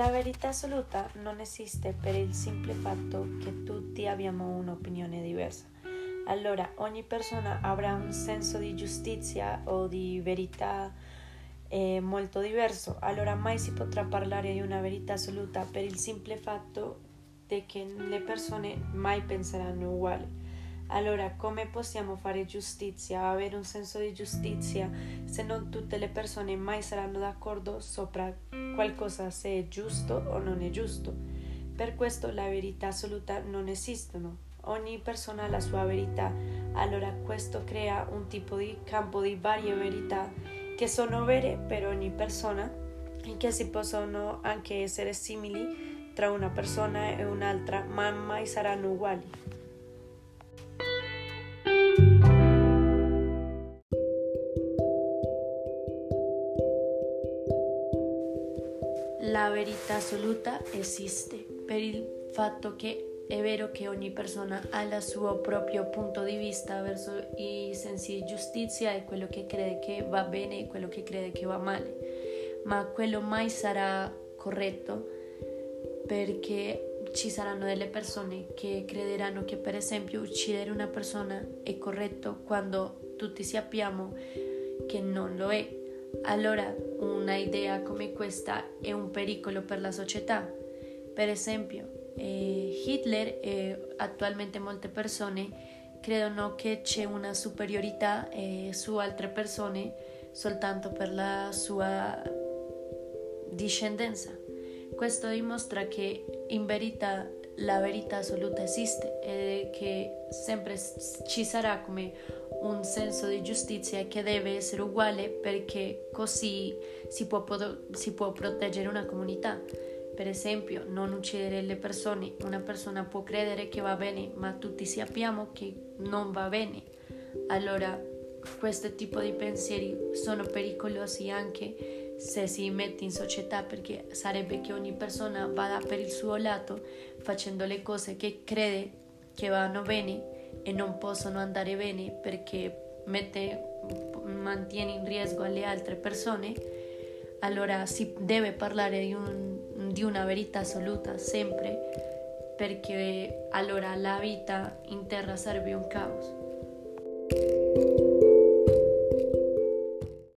La verità assoluta non esiste per il semplice fatto che tutti abbiamo un'opinione diversa. Allora ogni persona avrà un senso di giustizia o di verità molto diverso. Allora mai si potrà parlare di una verità assoluta per il semplice fatto che le persone mai penseranno uguali. Allora, come possiamo fare giustizia, avere un senso di giustizia, se non tutte le persone mai saranno d'accordo sopra qualcosa se è giusto o non è giusto? Per questo la verità assoluta non esistono. Ogni persona ha la sua verità, allora questo crea un tipo di campo di varie verità che sono vere per ogni persona e che si possono anche essere simili tra una persona e un'altra, ma mai saranno uguali. La verità assoluta esiste per il fatto che è vero che ogni persona ha il suo proprio punto di vista verso i sensi di giustizia e quello che crede che va bene e quello che crede che va male, ma quello mai sarà corretto perché ci saranno delle persone che crederanno che per esempio uccidere una persona è corretto quando tutti sappiamo che non lo è. Allora una idea come questa è un pericolo per la società. Per esempio Hitler e attualmente molte persone credono che c'è una superiorità su altre persone soltanto per la sua discendenza. Questo dimostra che in verità la verità assoluta esiste e che sempre ci sarà come un senso di giustizia che deve essere uguale perché così si può proteggere una comunità. Per esempio, non uccidere le persone. Una persona può credere che va bene, ma tutti sappiamo che non va bene. Allora, questo tipo di pensieri sono pericolosi anche se si mette in società, perché sarebbe che ogni persona vada per il suo lato facendo le cose che crede che vanno bene e non possono andare bene perché mantiene in rischio le altre persone. Allora si deve parlare di una verità assoluta sempre, perché allora la vita in terra sarebbe un caos.